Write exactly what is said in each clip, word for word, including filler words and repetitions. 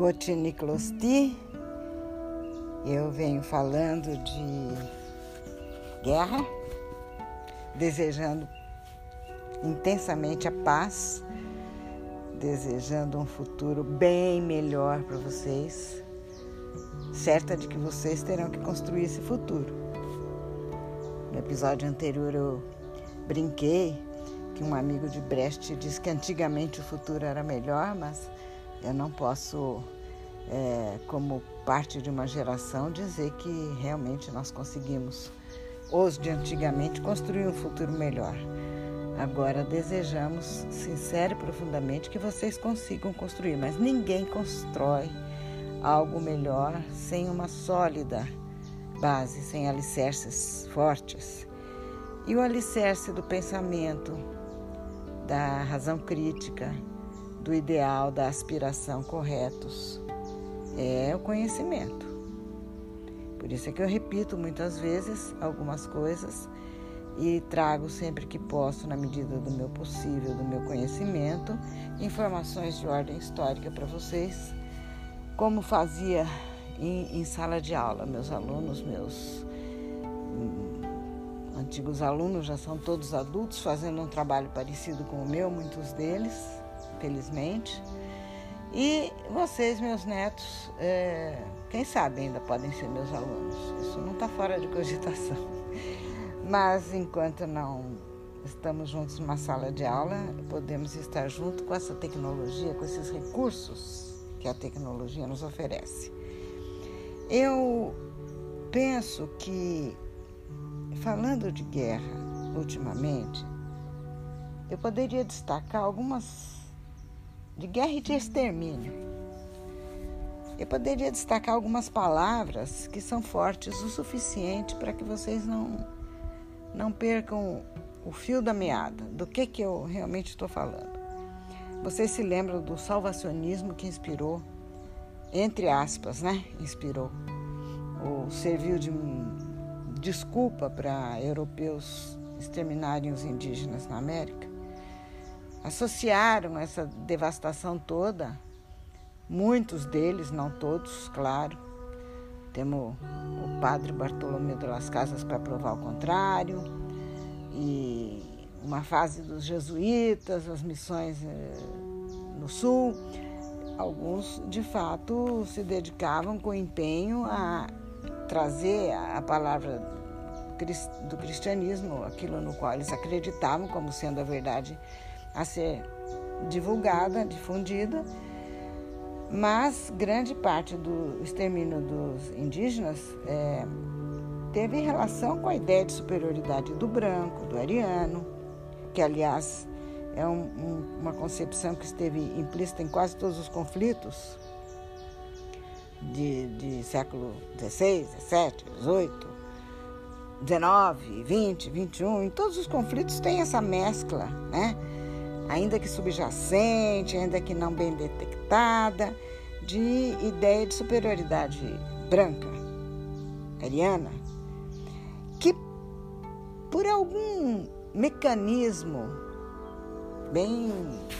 Otiniclosti. Eu venho falando de guerra, desejando intensamente a paz, desejando um futuro bem melhor para vocês, certa de que vocês terão que construir esse futuro. No episódio anterior eu brinquei que um amigo de Brecht disse que antigamente o futuro era melhor, mas eu não posso, é, como parte de uma geração, dizer que realmente nós conseguimos, os de antigamente, construir um futuro melhor. Agora desejamos, sincero e profundamente, que vocês consigam construir, mas ninguém constrói algo melhor sem uma sólida base, sem alicerces fortes. E o alicerce do pensamento, da razão crítica, do ideal, da aspiração corretos, é o conhecimento. Por isso é que eu repito muitas vezes algumas coisas e trago sempre que posso, na medida do meu possível, do meu conhecimento, informações de ordem histórica para vocês, como fazia em, em sala de aula. Meus alunos, meus hum, antigos alunos já são todos adultos, fazendo um trabalho parecido com o meu, muitos deles, felizmente. E vocês, meus netos, é, quem sabe ainda podem ser meus alunos. Isso não está fora de cogitação. Mas enquanto não estamos juntos numa sala de aula, podemos estar junto com essa tecnologia, com esses recursos que a tecnologia nos oferece. Eu penso que, falando de guerra ultimamente, eu poderia destacar algumas de guerra e de extermínio. Eu poderia destacar algumas palavras que são fortes o suficiente para que vocês não, não percam o fio da meada, do que, que eu realmente estou falando. Vocês se lembram do salvacionismo que inspirou, entre aspas, né? Inspirou, ou serviu de desculpa para europeus exterminarem os indígenas na América? Associaram essa devastação toda, muitos deles, não todos, claro. Temos o padre Bartolomeu de las Casas para provar o contrário, e uma fase dos jesuítas, as missões no sul. Alguns, de fato, se dedicavam com empenho a trazer a palavra do cristianismo, aquilo no qual eles acreditavam como sendo a verdade a ser divulgada, difundida, mas grande parte do extermínio dos indígenas é, teve relação com a ideia de superioridade do branco, do ariano, que, aliás, é um, um, uma concepção que esteve implícita em quase todos os conflitos de, de século dezesseis, dezessete, dezoito, dezenove, vinte, vinte e um. Em todos os conflitos tem essa mescla, né? Ainda que subjacente, ainda que não bem detectada, de ideia de superioridade branca, ariana, que por algum mecanismo bem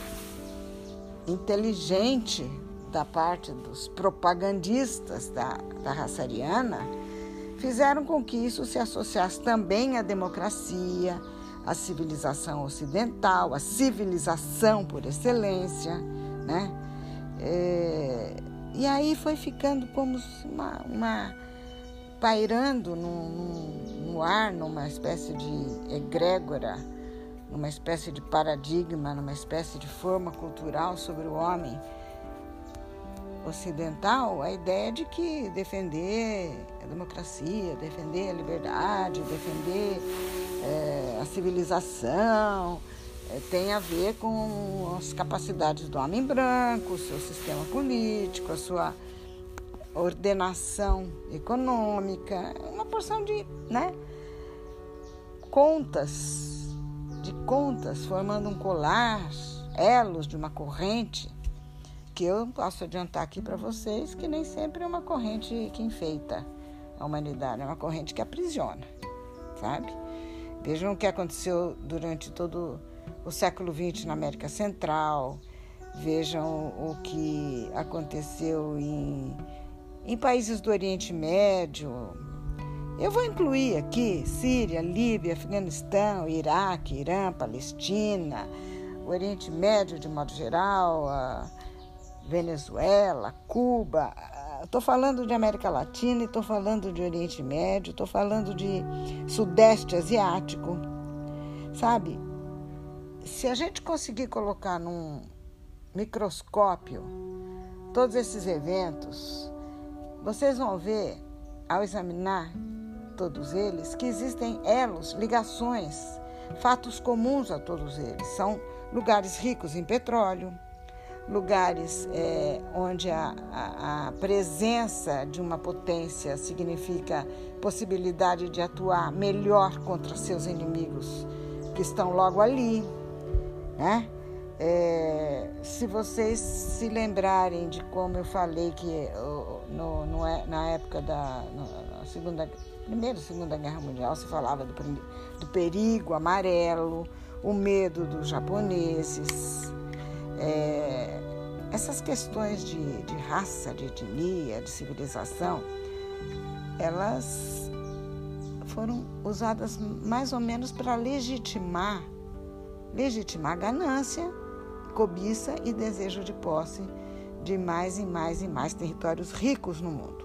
inteligente da parte dos propagandistas da, da raça ariana, fizeram com que isso se associasse também à democracia, à civilização ocidental, à civilização por excelência, né? É, e aí foi ficando como uma, uma pairando no, no, no ar, numa espécie de egrégora, numa espécie de paradigma, numa espécie de forma cultural sobre o homem ocidental, a ideia de que defender a democracia, defender a liberdade, defender é, a civilização é, tem a ver com as capacidades do homem branco, o seu sistema político, a sua ordenação econômica, uma porção de, né, contas, de contas, formando um colar, elos de uma corrente, que eu posso adiantar aqui para vocês que nem sempre é uma corrente que enfeita a humanidade, é uma corrente que aprisiona, sabe? Vejam o que aconteceu durante todo o século vinte na América Central, vejam o que aconteceu em, em países do Oriente Médio. Eu vou incluir aqui Síria, Líbia, Afeganistão, Iraque, Irã, Palestina, o Oriente Médio de modo geral, a Venezuela, Cuba. Estou falando de América Latina, estou falando de Oriente Médio, estou falando de Sudeste Asiático. Sabe, se a gente conseguir colocar num microscópio todos esses eventos, vocês vão ver, ao examinar todos eles, que existem elos, ligações, fatos comuns a todos eles. São lugares ricos em petróleo, lugares é, onde a, a, a presença de uma potência significa possibilidade de atuar melhor contra seus inimigos que estão logo ali, né? É, se vocês se lembrarem de como eu falei que no, no, na época da no, na segunda, Primeira e Segunda Guerra Mundial se falava do, do perigo amarelo, o medo dos japoneses, é, essas questões de, de raça, de etnia, de civilização, elas foram usadas mais ou menos para legitimar, legitimar ganância, cobiça e desejo de posse de mais e mais e mais territórios ricos no mundo.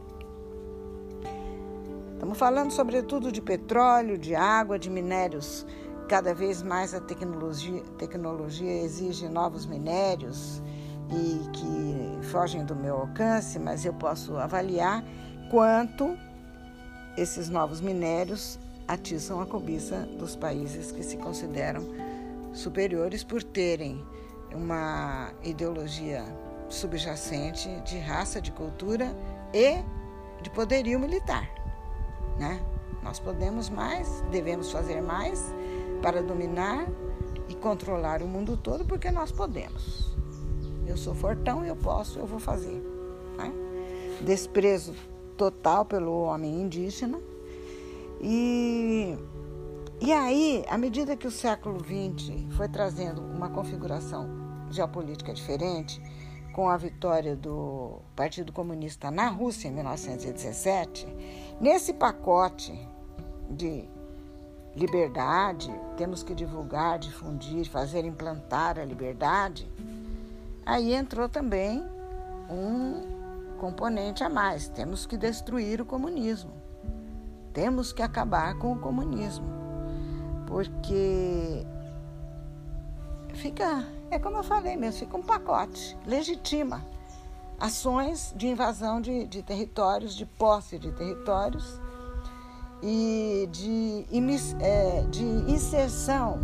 Estamos falando sobretudo de petróleo, de água, de minérios. Cada vez mais a tecnologia, tecnologia exige novos minérios e que fogem do meu alcance, mas eu posso avaliar quanto esses novos minérios atiçam a cobiça dos países que se consideram superiores por terem uma ideologia subjacente de raça, de cultura e de poderio militar, né? Nós podemos mais, devemos fazer mais para dominar e controlar o mundo todo, porque nós podemos. Eu sou fortão, eu posso, eu vou fazer, né? Desprezo total pelo homem indígena. E, e aí, à medida que o século vinte foi trazendo uma configuração geopolítica diferente, com a vitória do Partido Comunista na Rússia em mil novecentos e dezessete, nesse pacote de liberdade, temos que divulgar, difundir, fazer implantar a liberdade, aí entrou também um componente a mais. Temos que destruir o comunismo. Temos que acabar com o comunismo. Porque fica, é como eu falei mesmo, fica um pacote, legitima ações de invasão de, de territórios, de posse de territórios e de, é, de inserção,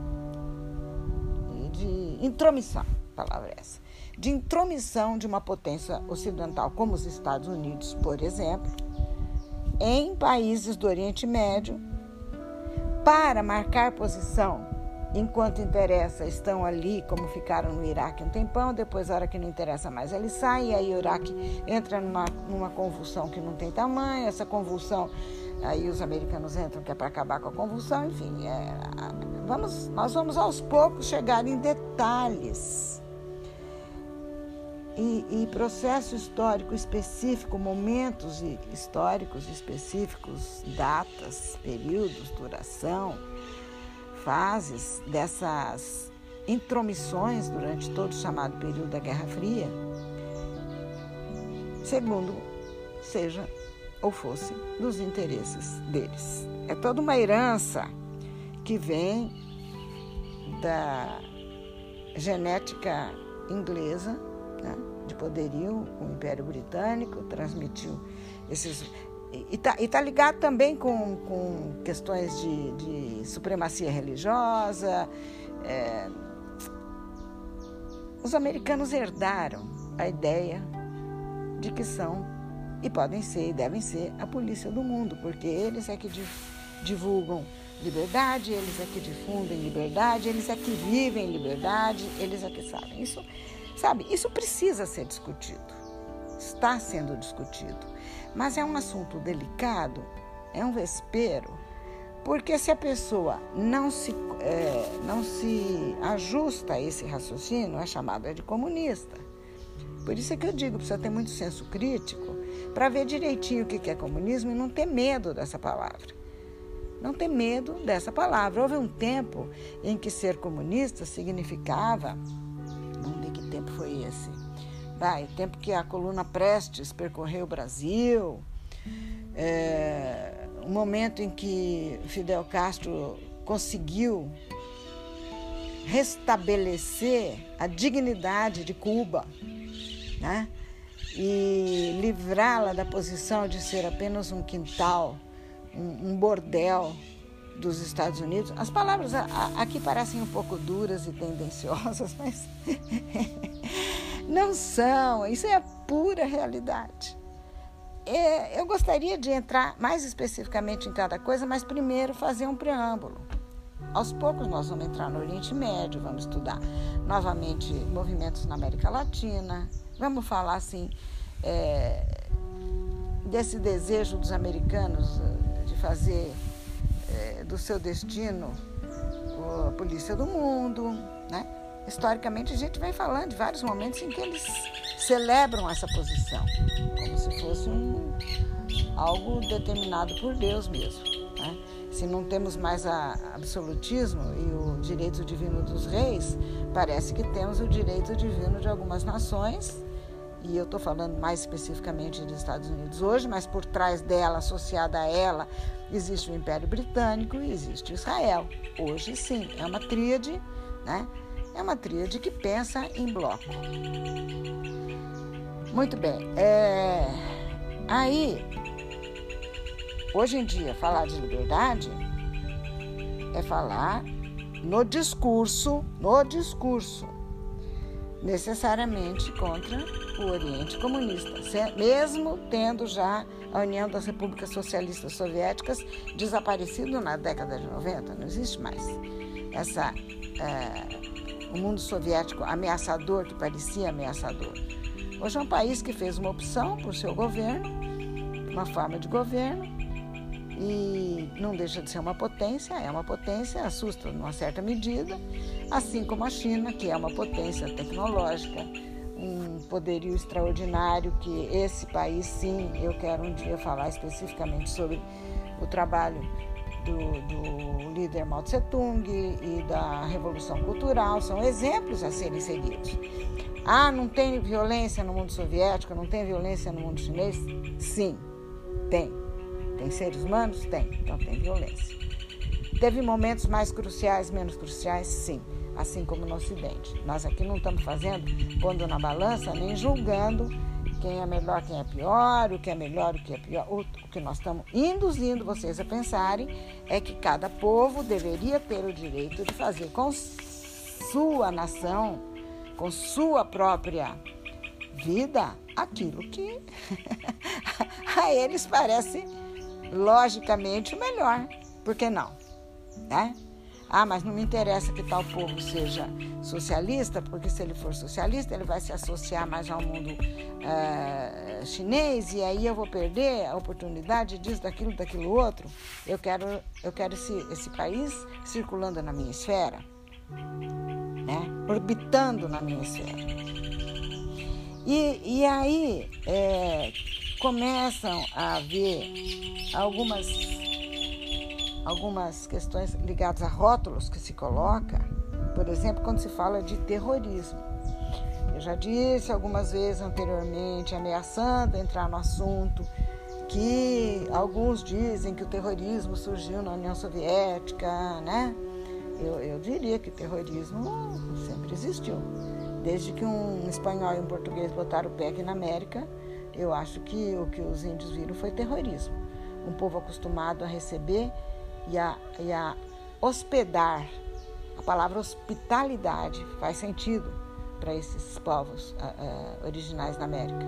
de intromissão, palavra essa, de intromissão de uma potência ocidental como os Estados Unidos, por exemplo, em países do Oriente Médio, para marcar posição. Enquanto interessa, estão ali, como ficaram no Iraque um tempão, depois, a hora que não interessa mais, eles saem, e aí o Iraque entra numa, numa convulsão que não tem tamanho, essa convulsão, aí os americanos entram, que é para acabar com a convulsão, enfim, é, vamos, nós vamos aos poucos chegar em detalhes. E, e processo histórico específico, momentos históricos específicos, datas, períodos, duração, fases dessas intromissões durante todo o chamado período da Guerra Fria, segundo seja ou fosse dos interesses deles. É toda uma herança que vem da genética inglesa, né, de poderio. O Império Britânico transmitiu esses... E está tá ligado também com, com questões de, de supremacia religiosa. É, os americanos herdaram a ideia de que são, e podem ser, e devem ser, a polícia do mundo, porque eles é que divulgam liberdade, eles é que difundem liberdade, eles é que vivem liberdade, eles é que sabem. Isso, sabe, isso precisa ser discutido, está sendo discutido. Mas é um assunto delicado, é um vespeiro, Porque se a pessoa não se, é, não se ajusta a esse raciocínio, é chamada de comunista. Por isso é que eu digo, precisa ter muito senso crítico para ver direitinho o que é comunismo e não ter medo dessa palavra. Não ter medo dessa palavra. Houve um tempo em que ser comunista significava... Vamos ver que tempo foi esse. Vai, o tempo que a coluna Prestes percorreu o Brasil, é, o momento em que Fidel Castro conseguiu restabelecer a dignidade de Cuba, né? E livrá-la da posição de ser apenas um quintal, um, um bordel dos Estados Unidos. As palavras aqui parecem um pouco duras e tendenciosas, mas não são. Isso é a pura realidade. É, eu gostaria de entrar mais especificamente em cada coisa, mas primeiro fazer um preâmbulo. Aos poucos nós vamos entrar no Oriente Médio, vamos estudar novamente movimentos na América Latina, vamos falar assim é, desse desejo dos americanos de fazer é, do seu destino a polícia do mundo, né? Historicamente a gente vem falando de vários momentos em que eles celebram essa posição, como se fosse um, algo determinado por Deus mesmo, né? Se não temos mais a absolutismo e o direito divino dos reis, parece que temos o direito divino de algumas nações, e eu estou falando mais especificamente dos Estados Unidos hoje, mas por trás dela, associada a ela, existe o Império Britânico e existe Israel. Hoje sim, é uma tríade, né? É uma tríade que pensa em bloco. Muito bem. É... Aí, hoje em dia, falar de liberdade é falar no discurso, no discurso, necessariamente contra o Oriente Comunista, mesmo tendo já a União das Repúblicas Socialistas Soviéticas desaparecido na década de noventa, não existe mais. Essa, é, o mundo soviético ameaçador, que parecia ameaçador. Hoje é um país que fez uma opção por seu governo, uma forma de governo, e não deixa de ser uma potência, é uma potência, assusta numa certa medida, assim como a China, que é uma potência tecnológica, um poderio extraordinário, que esse país, sim, eu quero um dia falar especificamente sobre o trabalho do, do líder Mao Tse-tung e da Revolução Cultural, são exemplos a serem seguidos. Ah, não tem violência no mundo soviético, não tem violência no mundo chinês? Sim, tem. Tem seres humanos? Tem, então tem violência. Teve momentos mais cruciais, menos cruciais? Sim, assim como no Ocidente. Nós aqui não estamos fazendo, pondo na balança, nem julgando quem é melhor, quem é pior, o que é melhor, o que é pior. O que nós estamos induzindo vocês a pensarem é que cada povo deveria ter o direito de fazer com sua nação, com sua própria vida, aquilo que a eles parece logicamente o melhor. Por que não? Né? Ah, mas não me interessa que tal povo seja socialista, porque se ele for socialista, ele vai se associar mais ao mundo uh, chinês, e aí eu vou perder a oportunidade disso, daquilo, daquilo outro. Eu quero, eu quero esse, esse país circulando na minha esfera, né? Orbitando na minha esfera. E, e aí é, começam a haver algumas... algumas questões ligadas a rótulos que se coloca, por exemplo, quando se fala de terrorismo. Eu já disse algumas vezes anteriormente, ameaçando entrar no assunto, que alguns dizem que o terrorismo surgiu na União Soviética, né? Eu, eu diria que o terrorismo sempre existiu. Desde que um espanhol e um português botaram o pé aqui na América, eu acho que o que os índios viram foi terrorismo. Um povo acostumado a receber E a, e a hospedar. A palavra hospitalidade faz sentido para esses povos uh, uh, originais na América.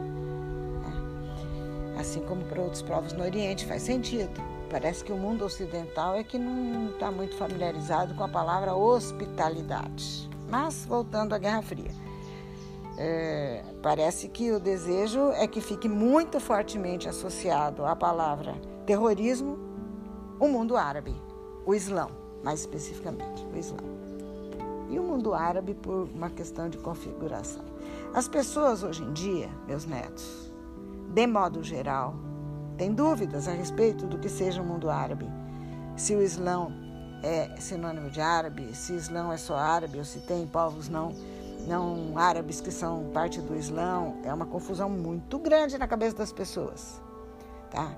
É. Assim como para outros povos no Oriente, faz sentido. Parece que o mundo ocidental é que não está muito familiarizado com a palavra hospitalidade. Mas, voltando à Guerra Fria, é, parece que o desejo é que fique muito fortemente associado à palavra terrorismo o mundo árabe, o Islã, mais especificamente, o Islã. E o mundo árabe por uma questão de configuração. As pessoas hoje em dia, meus netos, de modo geral, têm dúvidas a respeito do que seja o mundo árabe. Se o Islã é sinônimo de árabe, se o Islã é só árabe, ou se tem povos não, não árabes que são parte do Islã. É uma confusão muito grande na cabeça das pessoas, tá?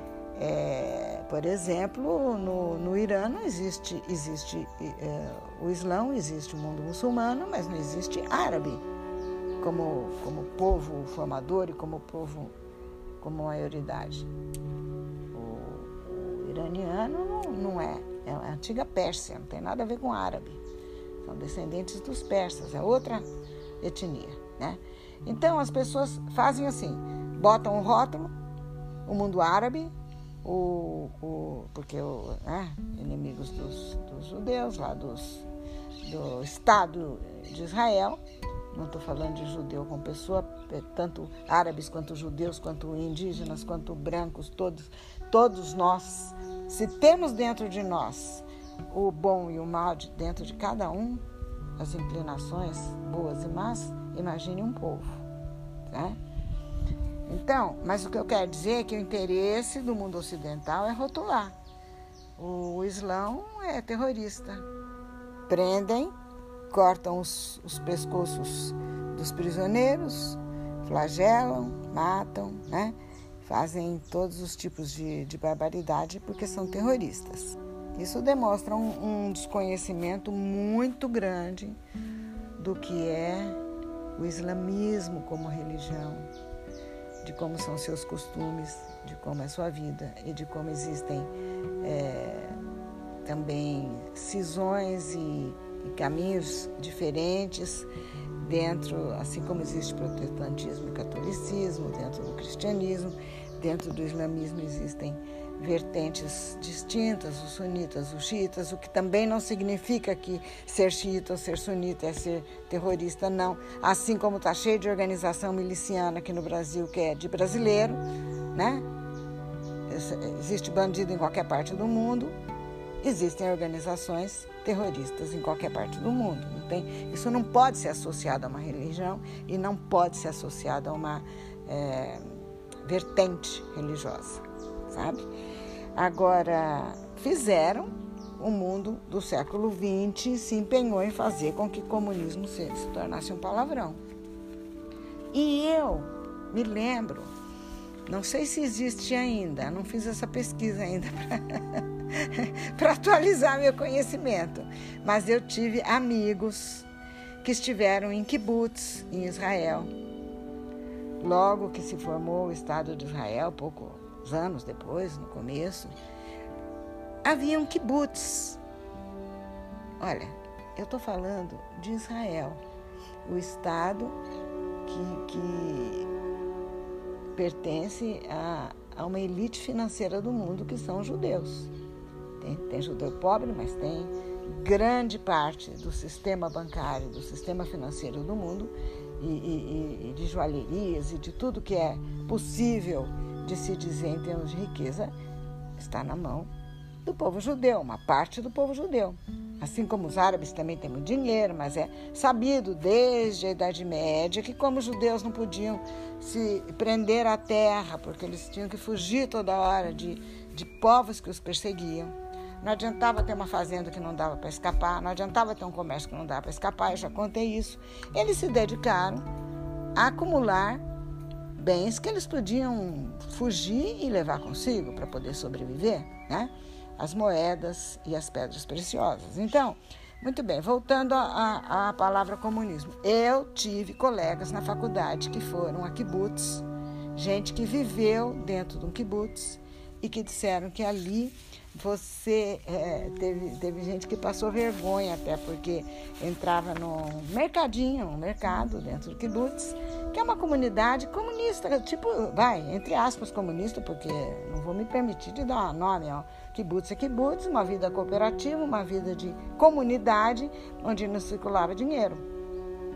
É, por exemplo, no, no Irã não existe, existe é, o Islã, existe o mundo muçulmano, mas não existe árabe como, como povo formador e como povo, como maioridade. O, o iraniano não, não é, é a antiga Pérsia, não tem nada a ver com árabe. São descendentes dos persas, é outra etnia, né? Então as pessoas fazem assim, botam um rótulo, o mundo árabe, O, o, porque o, né, inimigos dos, dos judeus, lá dos, do Estado de Israel, não estou falando de judeu como pessoa, tanto árabes quanto judeus, quanto indígenas, quanto brancos, todos, todos nós, se temos dentro de nós o bom e o mal de, dentro de cada um, as inclinações boas e más, imagine um povo, né? Então, mas o que eu quero dizer é que o interesse do mundo ocidental é rotular. O Islã é terrorista. Prendem, cortam os, os pescoços dos prisioneiros, flagelam, matam, né? Fazem todos os tipos de, de barbaridade porque são terroristas. Isso demonstra um, um desconhecimento muito grande do que é o islamismo como religião, de como são seus costumes, de como é sua vida e de como existem é, também cisões e, e caminhos diferentes dentro, assim como existe protestantismo e catolicismo, dentro do cristianismo, dentro do islamismo existem vertentes distintas, os sunitas, os xiitas, o que também não significa que ser xiita ou ser sunita é ser terrorista, não. Assim como está cheio de organização miliciana aqui no Brasil, que é de brasileiro, né? Existe bandido em qualquer parte do mundo, existem organizações terroristas em qualquer parte do mundo. Não tem, isso não pode ser associado a uma religião e não pode ser associado a uma é, vertente religiosa, sabe? Agora, fizeram o mundo do século vinte se empenhou em fazer com que o comunismo se, se tornasse um palavrão. E eu me lembro, não sei se existe ainda, não fiz essa pesquisa ainda para atualizar meu conhecimento, mas eu tive amigos que estiveram em kibbutz, em Israel. Logo que se formou o Estado de Israel, pouco anos depois, no começo, havia um kibbutz. Olha, eu estou falando de Israel, o Estado que, que pertence a, a uma elite financeira do mundo, que são os judeus. Tem, tem judeu pobre, mas tem grande parte do sistema bancário, do sistema financeiro do mundo e, e, e de joalherias e de tudo que é possível de se dizer em termos de riqueza, está na mão do povo judeu, uma parte do povo judeu. Assim como os árabes também têm muito dinheiro, mas é sabido desde a Idade Média que como os judeus não podiam se prender à terra, porque eles tinham que fugir toda hora de, de povos que os perseguiam. Não adiantava ter uma fazenda que não dava para escapar, não adiantava ter um comércio que não dava para escapar, eu já contei isso. Eles se dedicaram a acumular bens que eles podiam fugir e levar consigo para poder sobreviver, né? As moedas e as pedras preciosas. Então, muito bem, voltando à palavra comunismo. Eu tive colegas na faculdade que foram a kibbutz, gente que viveu dentro de um kibbutz e que disseram que ali você é, teve, teve gente que passou vergonha até porque entrava num mercadinho, um mercado dentro do kibbutz, que é uma comunidade comunista, tipo, vai, entre aspas, comunista, porque não vou me permitir de dar um nome, ó. Kibbutz é kibbutz, uma vida cooperativa, uma vida de comunidade, onde não circulava dinheiro.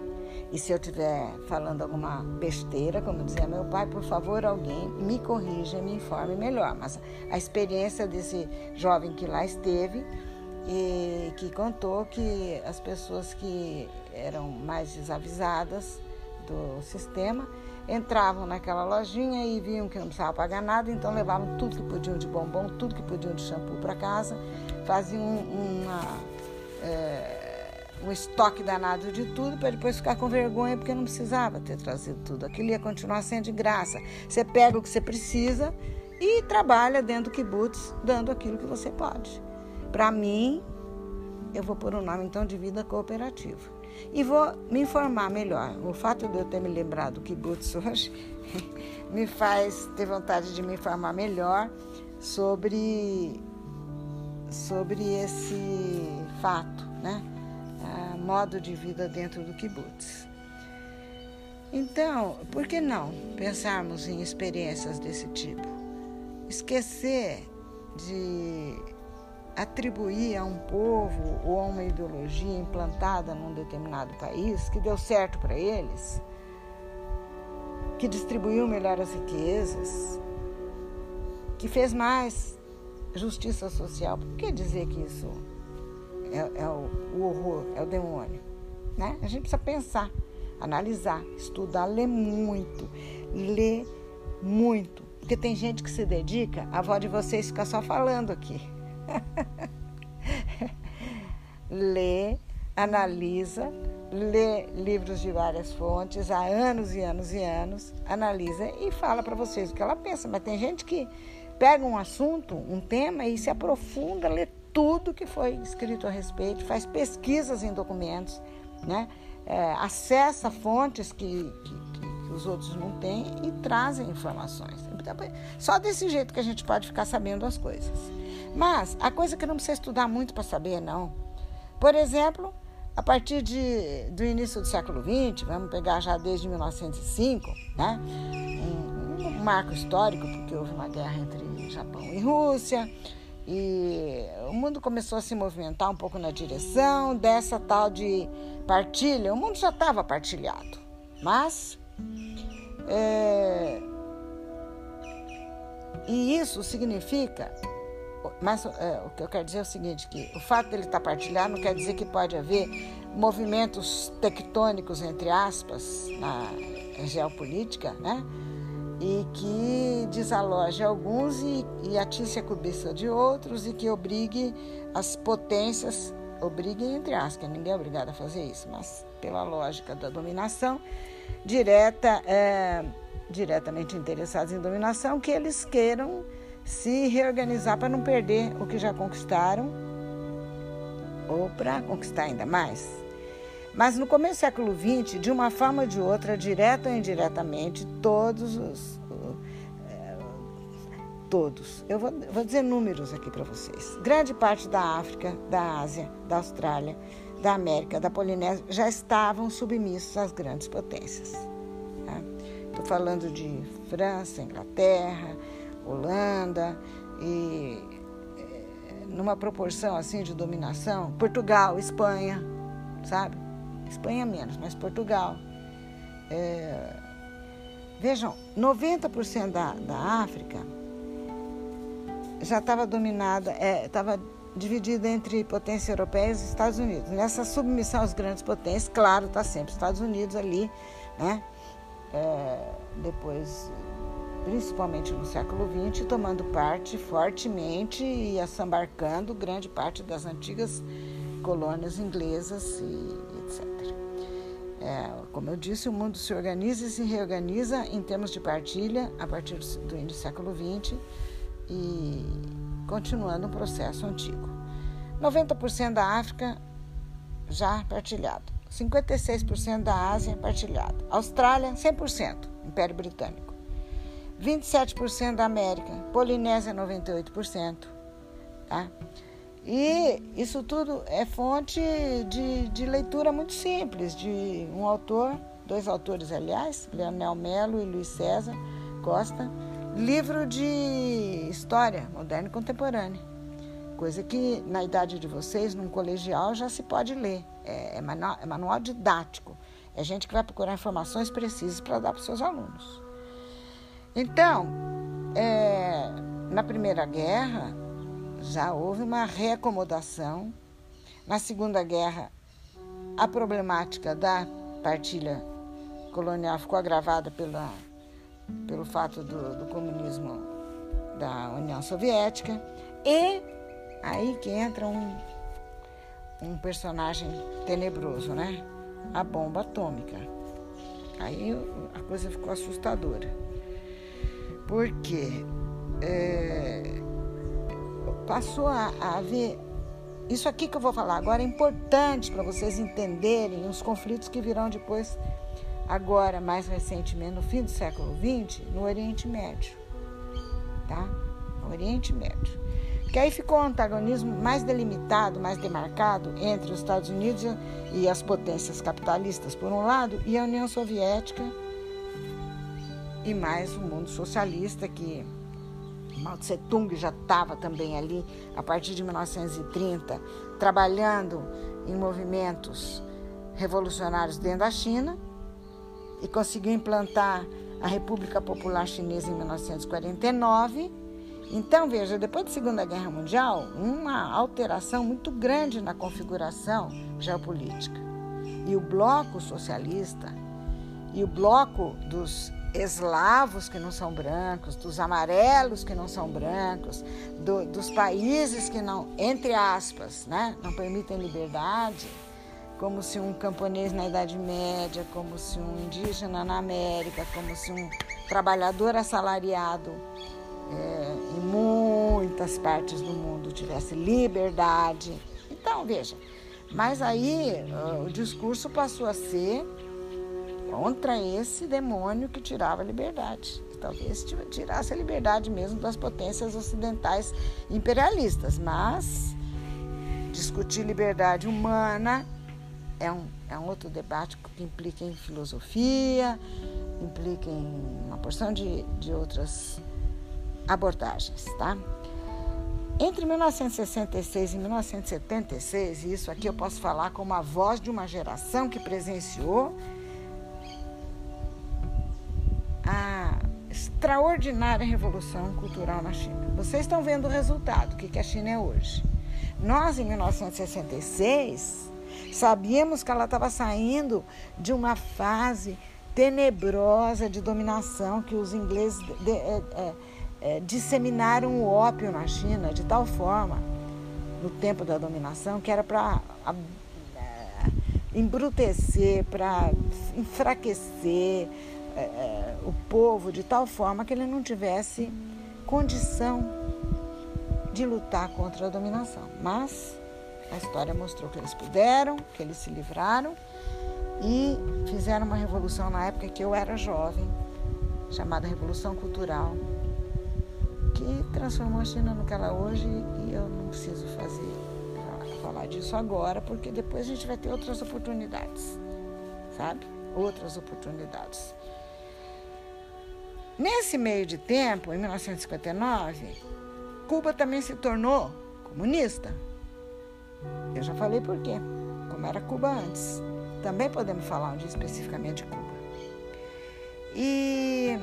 E se eu estiver falando alguma besteira, como dizia meu pai, por favor, alguém me corrija e me informe melhor. Mas a experiência desse jovem que lá esteve e que contou que as pessoas que eram mais desavisadas do sistema entravam naquela lojinha e viam que não precisava pagar nada, então levavam tudo que podiam de bombom, tudo que podiam de shampoo para casa, faziam uma, é, um estoque danado de tudo para depois ficar com vergonha porque não precisava ter trazido tudo. Aquilo ia continuar sendo de graça. Você pega o que você precisa e trabalha dentro do kibutz, dando aquilo que você pode. Para mim, eu vou pôr o nome então de vida cooperativa. E vou me informar melhor. O fato de eu ter me lembrado do kibutz hoje me faz ter vontade de me informar melhor sobre, sobre esse fato, né? Ah, modo de vida dentro do kibutz. Então, por que não pensarmos em experiências desse tipo? Esquecer de atribuir a um povo ou a uma ideologia implantada num determinado país que deu certo para eles, que distribuiu melhor as riquezas, que fez mais justiça social. Por que dizer que isso é, é o, o horror, é o demônio? Né? A gente precisa pensar, analisar, estudar, ler muito, ler muito, porque tem gente que se dedica, a avó de vocês fica só falando aqui. Lê, analisa, lê livros de várias fontes há anos e anos e anos, analisa e fala para vocês o que ela pensa. Mas tem gente que pega um assunto, um tema e se aprofunda, lê tudo que foi escrito a respeito, faz pesquisas em documentos, né? É, acessa fontes que, que, que os outros não têm e trazem informações. Só desse jeito que a gente pode ficar sabendo as coisas. Mas a coisa que não precisa estudar muito para saber, não. Por exemplo, a partir de, do início do século vinte, vamos pegar já desde mil novecentos e cinco, né? um, um marco histórico, porque houve uma guerra entre Japão e Rússia, e o mundo começou a se movimentar um pouco na direção dessa tal de partilha. O mundo já estava partilhado, mas... É, e isso significa... Mas é, o que eu quero dizer é o seguinte, que o fato dele estar partilhado não quer dizer que pode haver movimentos tectônicos, entre aspas, na geopolítica, né? E que desaloje alguns e, e atice a cobiça de outros e que obrigue as potências, obrigue entre aspas, que ninguém é obrigado a fazer isso, mas pela lógica da dominação, direta, é, diretamente interessados em dominação, que eles queiram se reorganizar para não perder o que já conquistaram ou para conquistar ainda mais. Mas no começo do século vinte, de uma forma ou de outra, direta ou indiretamente, todos os... Todos. Eu vou, vou dizer números aqui para vocês. Grande parte da África, da Ásia, da Austrália, da América, da Polinésia, já estavam submissos às grandes potências. Estou tá? falando de França, Inglaterra, Holanda e numa proporção assim de dominação, Portugal, Espanha, sabe? Espanha menos, mas Portugal. É, vejam, noventa por cento da, da África já estava dominada, estava é, dividida entre potências europeias e Estados Unidos. Nessa submissão às grandes potências, claro, está sempre Estados Unidos ali, né? É, depois... principalmente no século vinte, tomando parte fortemente e assambarcando grande parte das antigas colônias inglesas e etcétera. É, como eu disse, o mundo se organiza e se reorganiza em termos de partilha a partir do início do século vinte e continuando um processo antigo. noventa por cento da África já partilhado, cinquenta e seis por cento da Ásia partilhado, Austrália cem por cento, Império Britânico. vinte e sete por cento da América, Polinésia noventa e oito por cento. Tá? E isso tudo é fonte de, de leitura muito simples, de um autor, dois autores, aliás, Leonel Melo e Luiz César Costa, livro de história moderna e contemporânea, coisa que na idade de vocês, num colegial, já se pode ler. É, é, manual, é manual didático. É gente que vai procurar informações precisas para dar para os seus alunos. Então, é, na Primeira Guerra, já houve uma reacomodação. Na Segunda Guerra, a problemática da partilha colonial ficou agravada pela, pelo fato do, do comunismo da União Soviética. E aí que entra um, um personagem tenebroso, né? A bomba atômica. Aí a coisa ficou assustadora. Porque é, passou a, a haver... Isso aqui que eu vou falar agora é importante para vocês entenderem os conflitos que virão depois, agora, mais recentemente, no fim do século vinte, no Oriente Médio. Tá? No Oriente Médio. Que aí ficou um antagonismo mais delimitado, mais demarcado entre os Estados Unidos e as potências capitalistas, por um lado, e a União Soviética e mais o mundo socialista, que Mao Tse Tung já estava também ali, a partir de mil novecentos e trinta, trabalhando em movimentos revolucionários dentro da China e conseguiu implantar a República Popular Chinesa em mil novecentos e quarenta e nove. Então, veja, depois da Segunda Guerra Mundial, uma alteração muito grande na configuração geopolítica. E o bloco socialista e o bloco dos eslavos que não são brancos, dos amarelos que não são brancos, do, dos países que não, entre aspas, né, não permitem liberdade, como se um camponês na Idade Média, como se um indígena na América, como se um trabalhador assalariado É, em muitas partes do mundo tivesse liberdade. Então, veja, mas aí uh, o discurso passou a ser contra esse demônio que tirava a liberdade. Talvez tirasse a liberdade mesmo das potências ocidentais imperialistas, mas discutir liberdade humana é um, é um outro debate que implica em filosofia, implica em uma porção de, de outras abordagens, tá? Entre mil novecentos e sessenta e seis e mil novecentos e setenta e seis, e isso aqui eu posso falar como a voz de uma geração que presenciou a extraordinária revolução cultural na China. Vocês estão vendo o resultado, o que a China é hoje. Nós, em mil novecentos e sessenta e seis, sabíamos que ela estava saindo de uma fase tenebrosa de dominação que os ingleses... De, de, de, É, disseminaram o ópio na China de tal forma, no tempo da dominação, que era para embrutecer, para enfraquecer é, é, o povo de tal forma que ele não tivesse condição de lutar contra a dominação. Mas a história mostrou que eles puderam, que eles se livraram e fizeram uma revolução na época que eu era jovem, chamada Revolução Cultural, que transformou a China no que ela é hoje, e eu não preciso fazer, falar disso agora, porque depois a gente vai ter outras oportunidades, sabe? Outras oportunidades. Nesse meio de tempo, em mil novecentos e cinquenta e nove, Cuba também se tornou comunista. Eu já falei por quê, como era Cuba antes. Também podemos falar um dia especificamente de Cuba. E...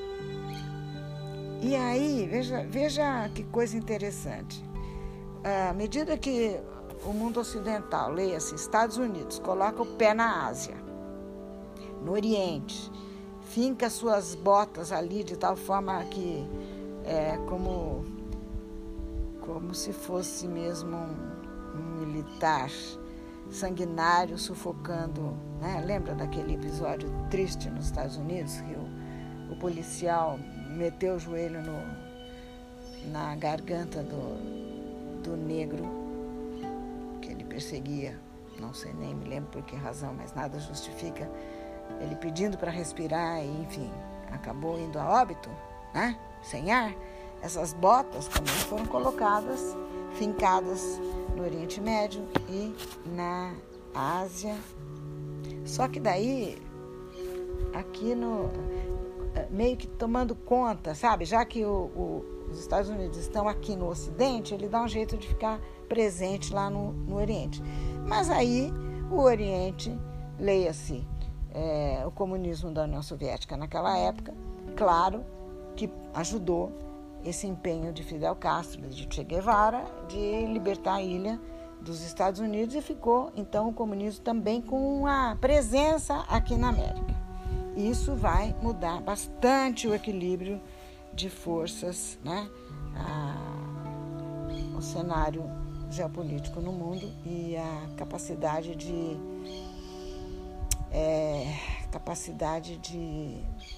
E aí, veja, veja que coisa interessante. À medida que o mundo ocidental, leia-se Estados Unidos, coloca o pé na Ásia, no Oriente, finca suas botas ali de tal forma que é como, como se fosse mesmo um, um militar sanguinário sufocando, né? Lembra daquele episódio triste nos Estados Unidos, que o, o policial meteu o joelho no, na garganta do, do negro que ele perseguia, não sei, nem me lembro por que razão, mas nada justifica ele pedindo para respirar e, enfim, acabou indo a óbito, né? Sem ar. Essas botas também foram colocadas, fincadas no Oriente Médio e na Ásia. Só que daí, aqui no... meio que tomando conta, sabe? Já que o, o, os Estados Unidos estão aqui no Ocidente, ele dá um jeito de ficar presente lá no, no Oriente. Mas aí, o Oriente, leia-se, é, o comunismo da União Soviética naquela época, claro que ajudou esse empenho de Fidel Castro, de Che Guevara, de libertar a ilha dos Estados Unidos, e ficou, então, o comunismo também com uma presença aqui na América. Isso vai mudar bastante o equilíbrio de forças, né? A, o cenário geopolítico no mundo e a capacidade de é, capacidade de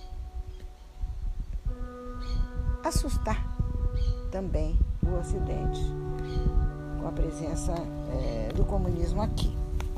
assustar também o Ocidente com a presença é, do comunismo aqui.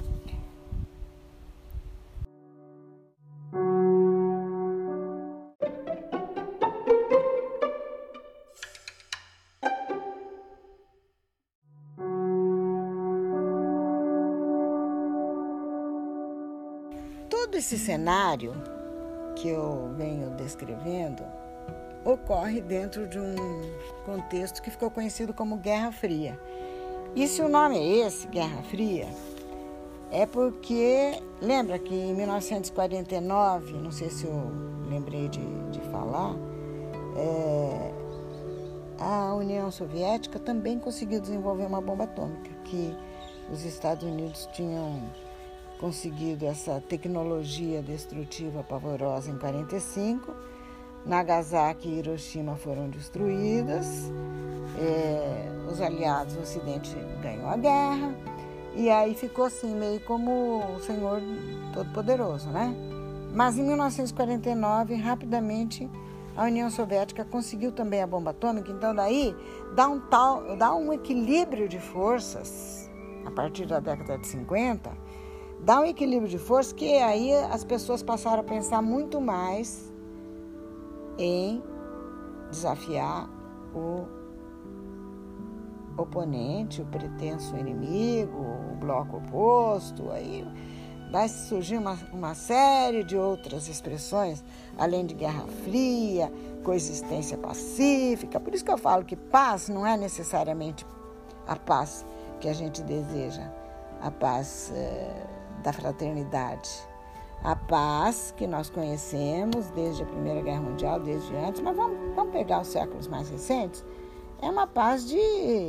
Todo esse cenário que eu venho descrevendo ocorre dentro de um contexto que ficou conhecido como Guerra Fria. E se o nome é esse, Guerra Fria, é porque, lembra que em mil novecentos e quarenta e nove, não sei se eu lembrei de, de falar, é, a União Soviética também conseguiu desenvolver uma bomba atômica, que os Estados Unidos tinham conseguido essa tecnologia destrutiva pavorosa em quarenta e cinco. Nagasaki e Hiroshima foram destruídas, é, os aliados, o Ocidente ganhou a guerra, e aí ficou assim, meio como o Senhor Todo-Poderoso, né? Mas em mil novecentos e quarenta e nove, rapidamente, a União Soviética conseguiu também a bomba atômica, então daí dá um, tal, dá um equilíbrio de forças, a partir da década de cinquenta, dá um equilíbrio de forças que aí as pessoas passaram a pensar muito mais em desafiar o oponente, o pretenso inimigo, o bloco oposto. Aí vai surgir uma, uma série de outras expressões, além de Guerra Fria, coexistência pacífica. Por isso que eu falo que paz não é necessariamente a paz que a gente deseja, a paz é, da fraternidade. A paz que nós conhecemos desde a Primeira Guerra Mundial, desde antes, mas vamos, vamos pegar os séculos mais recentes, é uma paz de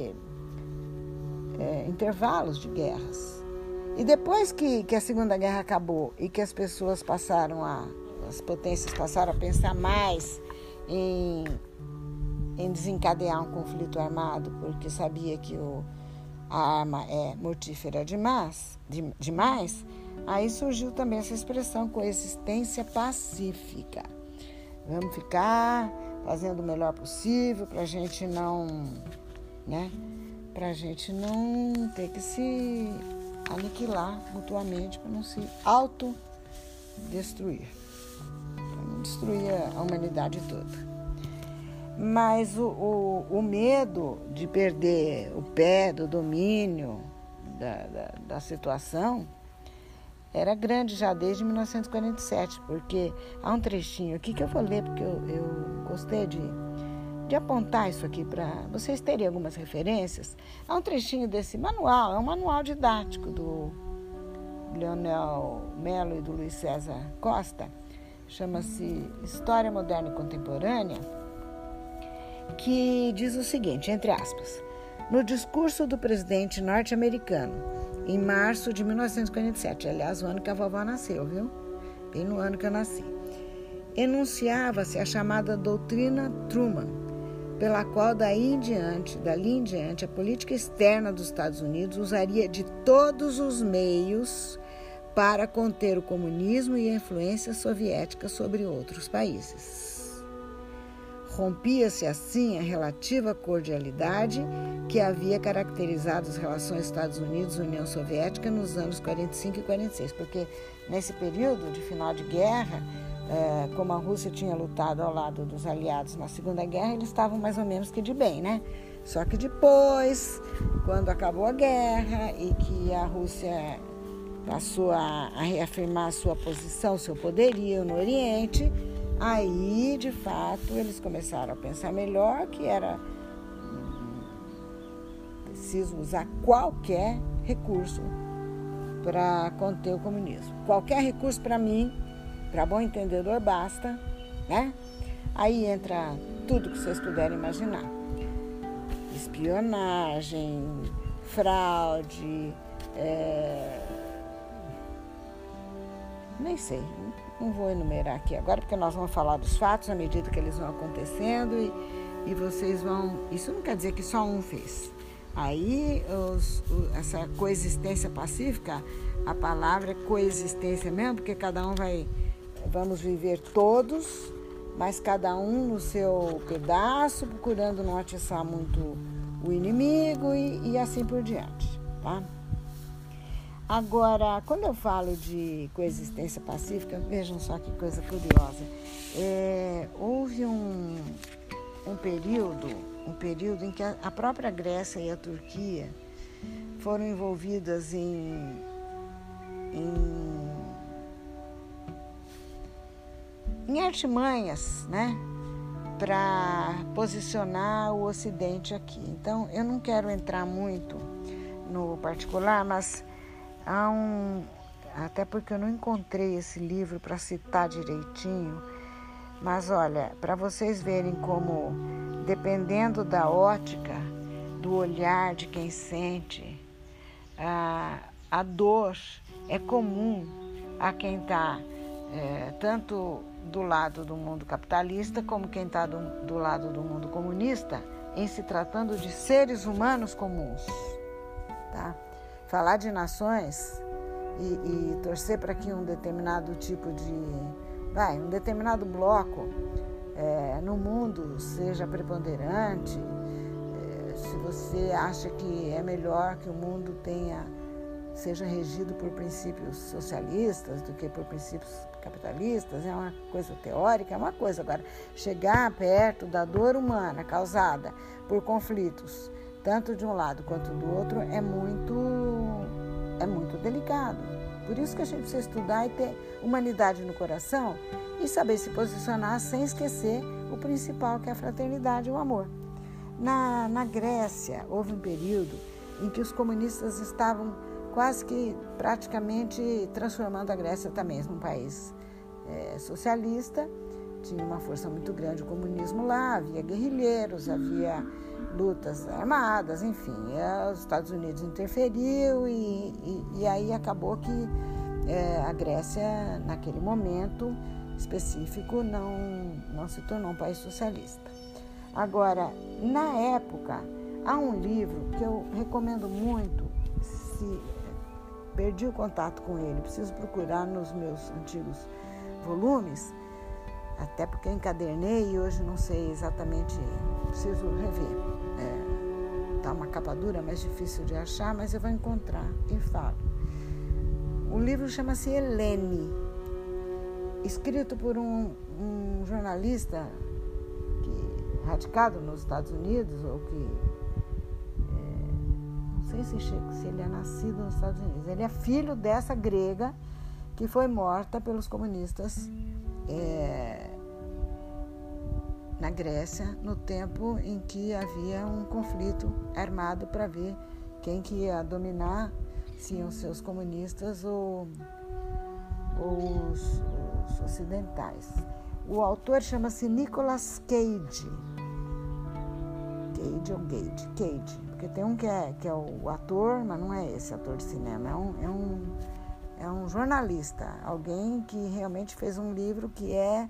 é, intervalos de guerras. E depois que, que a Segunda Guerra acabou e que as pessoas passaram a, as potências passaram a pensar mais em, em desencadear um conflito armado, porque sabia que o, a arma é mortífera demais, de, demais, aí surgiu também essa expressão coexistência pacífica. Vamos ficar fazendo o melhor possível para a gente não, né? Para a gente não ter que se aniquilar mutuamente, para não se autodestruir, para não destruir a humanidade toda. Mas o, o, o medo de perder o pé do domínio da, da, da situação era grande já desde mil novecentos e quarenta e sete, porque há um trechinho aqui que eu vou ler, porque eu, eu gostei de, de apontar isso aqui para vocês terem algumas referências. Há um trechinho desse manual, é um manual didático do Leonel Mello e do Luiz César Costa, chama-se História Moderna e Contemporânea, que diz o seguinte, entre aspas: no discurso do presidente norte-americano, em março de mil novecentos e quarenta e sete, aliás, o ano que a vovó nasceu, viu? Bem no ano que eu nasci. Enunciava-se a chamada doutrina Truman, pela qual daí em diante, dali em diante, a política externa dos Estados Unidos usaria de todos os meios para conter o comunismo e a influência soviética sobre outros países. Rompia-se assim a relativa cordialidade que havia caracterizado as relações Estados Unidos-União Soviética nos anos quarenta e cinco e quarenta e seis, porque nesse período de final de guerra, é, como a Rússia tinha lutado ao lado dos aliados na Segunda Guerra, eles estavam mais ou menos que de bem, né? Só que depois, quando acabou a guerra e que a Rússia passou a, a reafirmar a sua posição, seu poderio no Oriente, aí, de fato, eles começaram a pensar melhor que era preciso usar qualquer recurso para conter o comunismo. Qualquer recurso para mim, para bom entendedor, basta, né? Aí entra tudo que vocês puderem imaginar. Espionagem, fraude, é... nem sei, não vou enumerar aqui agora, porque nós vamos falar dos fatos à medida que eles vão acontecendo e, e vocês vão... Isso não quer dizer que só um fez. Aí, os, essa coexistência pacífica, a palavra é coexistência mesmo, porque cada um vai... Vamos viver todos, mas cada um no seu pedaço, procurando não atiçar muito o inimigo e, e assim por diante, tá? Agora, quando eu falo de coexistência pacífica, vejam só que coisa curiosa. É, houve um, um período, um período em que a, a própria Grécia e a Turquia foram envolvidas em, em, em artimanhas, né, para posicionar o Ocidente aqui. Então, eu não quero entrar muito no particular, mas há um, até porque eu não encontrei esse livro para citar direitinho, mas olha, para vocês verem como, dependendo da ótica, do olhar de quem sente, a, a dor é comum a quem está é, tanto do lado do mundo capitalista como quem está do, do lado do mundo comunista, em se tratando de seres humanos comuns, tá? Falar de nações e, e torcer para que um determinado tipo de... Vai, um determinado bloco é, no mundo seja preponderante, é, se você acha que é melhor que o mundo tenha, seja regido por princípios socialistas do que por princípios capitalistas, é uma coisa teórica, é uma coisa. Agora, chegar perto da dor humana causada por conflitos, tanto de um lado quanto do outro, é muito, é muito delicado. Por isso que a gente precisa estudar e ter humanidade no coração e saber se posicionar sem esquecer o principal, que é a fraternidade e o amor. Na, na Grécia, houve um período em que os comunistas estavam quase que praticamente transformando a Grécia também num país é, socialista. Tinha uma força muito grande o comunismo lá, havia guerrilheiros, havia lutas armadas, enfim, os Estados Unidos interferiu e, e, e aí acabou que é, a Grécia, naquele momento específico, não, não se tornou um país socialista. Agora, na época, há um livro que eu recomendo muito, se perdi o contato com ele, preciso procurar nos meus antigos volumes, até porque eu encadernei e hoje não sei exatamente, preciso rever. É, tá uma capa dura, mais difícil de achar, mas eu vou encontrar e falo. O livro chama-se Helene, escrito por um, um jornalista que, radicado nos Estados Unidos, ou que, é, não sei se, se ele é nascido nos Estados Unidos. Ele é filho dessa grega que foi morta pelos comunistas é, na Grécia, no tempo em que havia um conflito armado para ver quem que ia dominar, se iam ser os comunistas ou, ou os, os ocidentais. O autor chama-se Nicolas Cage. Cage ou Gage? Cage. Porque tem um que é, que é o ator, mas não é esse ator de cinema, é um, é um, é um jornalista, alguém que realmente fez um livro que é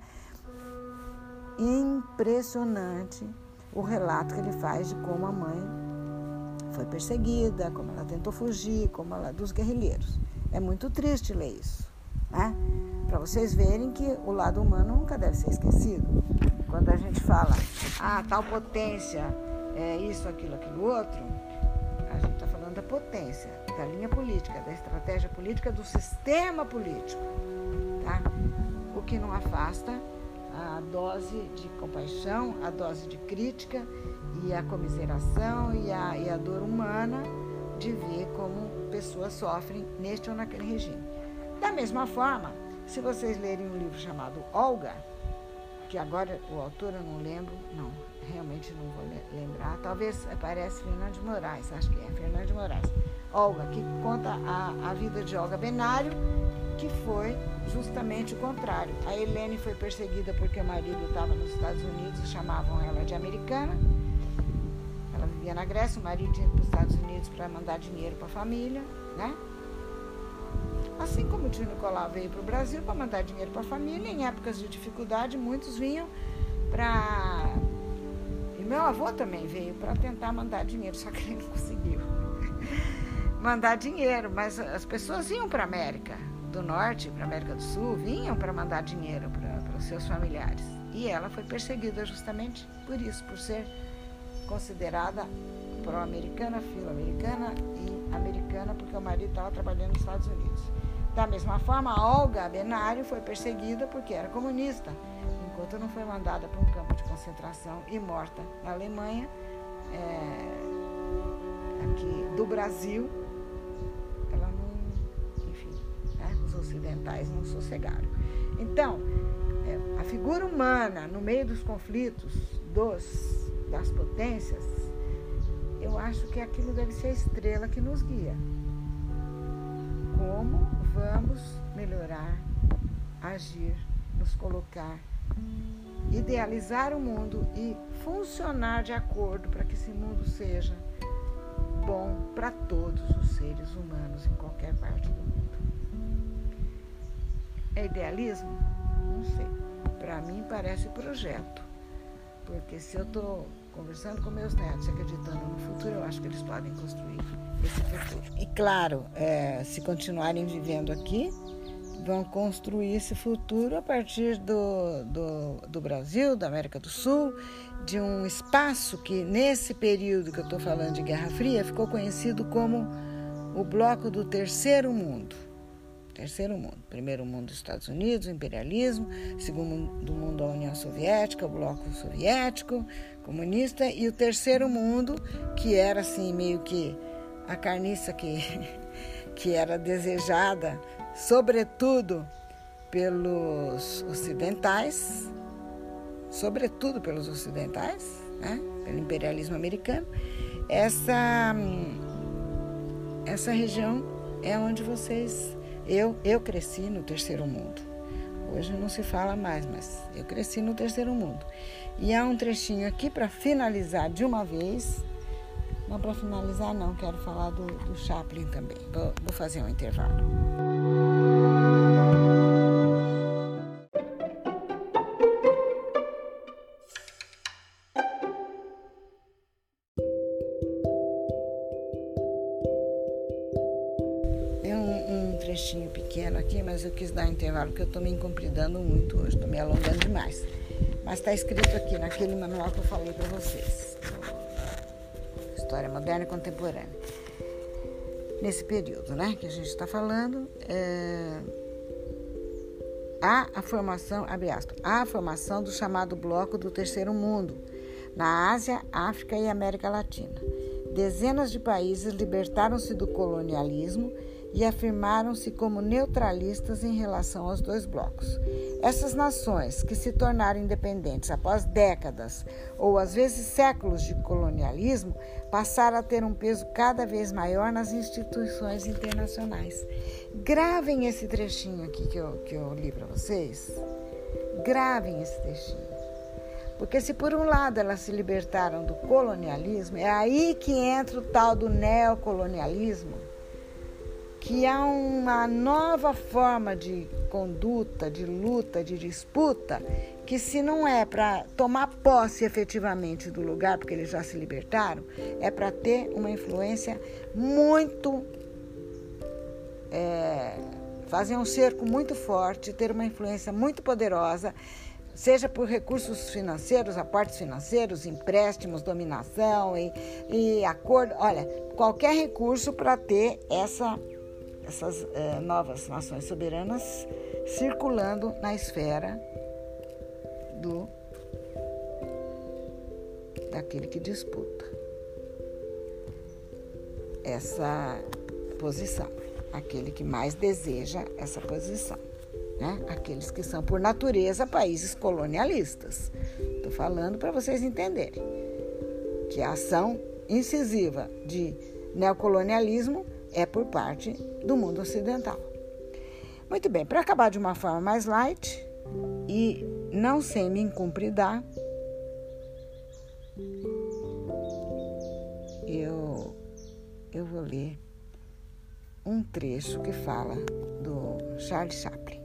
impressionante, o relato que ele faz de como a mãe foi perseguida, como ela tentou fugir, como ela, dos guerrilheiros. É muito triste ler isso, né? Para vocês verem que o lado humano nunca deve ser esquecido. Quando a gente fala, ah, tal potência, é isso, aquilo, aquilo outro, a gente está falando da potência, da linha política, da estratégia política, do sistema político, tá? O que não afasta a dose de compaixão, a dose de crítica e a comiseração e a, e a dor humana de ver como pessoas sofrem neste ou naquele regime. Da mesma forma, se vocês lerem um livro chamado Olga, que agora o autor eu não lembro, não, realmente não vou lembrar, talvez aparece Fernando de Moraes, acho que é Fernando de Moraes. Olga, que conta a, a vida de Olga Benário, que foi justamente o contrário. A Helene foi perseguida porque o marido estava nos Estados Unidos e chamavam ela de americana. Ela vivia na Grécia, o marido tinha ido para os Estados Unidos para mandar dinheiro para a família, né? Assim como o tio Nicolau veio para o Brasil para mandar dinheiro para a família, em épocas de dificuldade, muitos vinham para... E meu avô também veio para tentar mandar dinheiro, só que ele não conseguiu mandar dinheiro, mas as pessoas iam para a América do Norte, para a América do Sul, vinham para mandar dinheiro para os seus familiares. E ela foi perseguida justamente por isso, por ser considerada pró-americana, filo-americana e americana, porque o marido estava trabalhando nos Estados Unidos. Da mesma forma, a Olga Benário foi perseguida porque era comunista, enquanto não foi mandada para um campo de concentração e morta na Alemanha, é, aqui do Brasil, ela não, enfim, né, os ocidentais não sossegaram. Então, é, a figura humana no meio dos conflitos dos, das potências, eu acho que aquilo deve ser a estrela que nos guia. Como vamos melhorar, agir, nos colocar, idealizar o mundo e funcionar de acordo para que esse mundo seja bom para todos os seres humanos em qualquer parte do mundo. É idealismo? Não sei. Para mim parece projeto, porque se eu estou conversando com meus netos, acreditando no futuro, eu acho que eles podem construir esse futuro. E claro, é, se continuarem vivendo aqui, vão construir esse futuro a partir do, do, do Brasil, da América do Sul, de um espaço que, nesse período que eu estou falando de Guerra Fria, ficou conhecido como o Bloco do Terceiro Mundo. Terceiro mundo. Primeiro mundo, os Estados Unidos, o imperialismo. Segundo mundo, a União Soviética, o Bloco Soviético, comunista. E o terceiro mundo, que era assim, meio que a carniça que, que era desejada, sobretudo pelos ocidentais, sobretudo pelos ocidentais, né? Pelo imperialismo americano. Essa, essa região é onde vocês... Eu, eu cresci no terceiro mundo. Hoje não se fala mais, mas eu cresci no terceiro mundo. E há um trechinho aqui para finalizar de uma vez. Não para finalizar, não. Quero falar do, do Chaplin também. Vou, vou fazer um intervalo. Trechinho pequeno aqui, mas eu quis dar um intervalo porque eu estou me incompridando muito hoje, estou me alongando demais. Mas está escrito aqui naquele manual que eu falei para vocês, História Moderna e Contemporânea. Nesse período, né, que a gente está falando, é, há a formação, abre aspas, há a formação do chamado Bloco do Terceiro Mundo, na Ásia, África e América Latina. Dezenas de países libertaram-se do colonialismo e afirmaram-se como neutralistas em relação aos dois blocos. Essas nações, que se tornaram independentes após décadas ou às vezes séculos de colonialismo, passaram a ter um peso cada vez maior nas instituições internacionais. Gravem esse trechinho aqui que eu, que eu li para vocês. Gravem esse trechinho. Porque se por um lado elas se libertaram do colonialismo, é aí que entra o tal do neocolonialismo, que há uma nova forma de conduta, de luta, de disputa, que se não é para tomar posse efetivamente do lugar, porque eles já se libertaram, é para ter uma influência muito, é, fazer um cerco muito forte, ter uma influência muito poderosa, seja por recursos financeiros, aportes financeiros, empréstimos, dominação e, e acordo, olha, qualquer recurso para ter essa... essas eh, novas nações soberanas circulando na esfera do daquele que disputa essa posição, aquele que mais deseja essa posição, né? Aqueles que são, por natureza, países colonialistas. Estou falando para vocês entenderem que a ação incisiva de neocolonialismo é por parte do mundo ocidental. Muito bem, para acabar de uma forma mais light e não sem me incumpridar, eu, eu vou ler um trecho que fala do Charles Chaplin.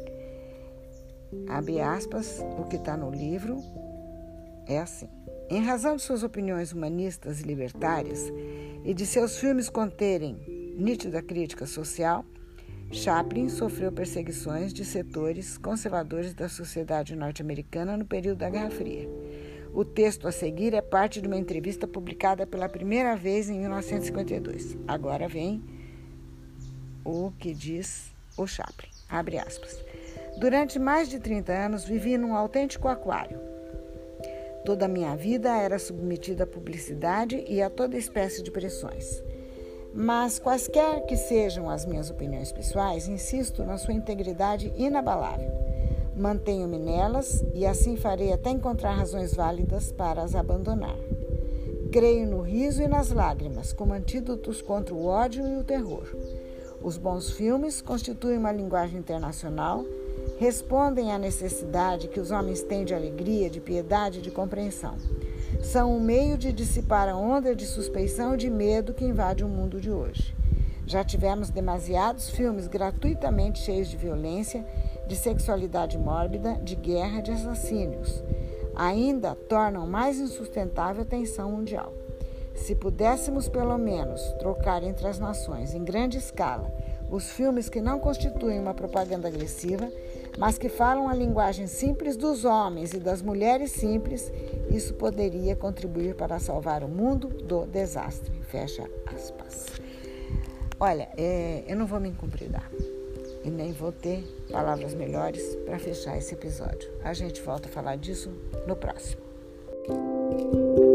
Abre aspas, o que está no livro é assim. Em razão de suas opiniões humanistas e libertárias e de seus filmes conterem nítida crítica social, Chaplin sofreu perseguições de setores conservadores da sociedade norte-americana no período da Guerra Fria. O texto a seguir é parte de uma entrevista publicada pela primeira vez em mil novecentos e cinquenta e dois. Agora vem o que diz o Chaplin. Abre aspas. Durante mais de trinta anos vivi num autêntico aquário. Toda a minha vida era submetida à publicidade e a toda espécie de pressões. Mas, quaisquer que sejam as minhas opiniões pessoais, insisto na sua integridade inabalável. Mantenho-me nelas e assim farei até encontrar razões válidas para as abandonar. Creio no riso e nas lágrimas, como antídotos contra o ódio e o terror. Os bons filmes constituem uma linguagem internacional, respondem à necessidade que os homens têm de alegria, de piedade e de compreensão. São um meio de dissipar a onda de suspeição e de medo que invade o mundo de hoje. Já tivemos demasiados filmes gratuitamente cheios de violência, de sexualidade mórbida, de guerra, de assassínios. Ainda tornam mais insustentável a tensão mundial. Se pudéssemos, pelo menos, trocar entre as nações, em grande escala, os filmes que não constituem uma propaganda agressiva, mas que falam a linguagem simples dos homens e das mulheres simples, isso poderia contribuir para salvar o mundo do desastre. Fecha aspas. Olha, é, eu não vou me incumpridar e nem vou ter palavras melhores para fechar esse episódio. A gente volta a falar disso no próximo.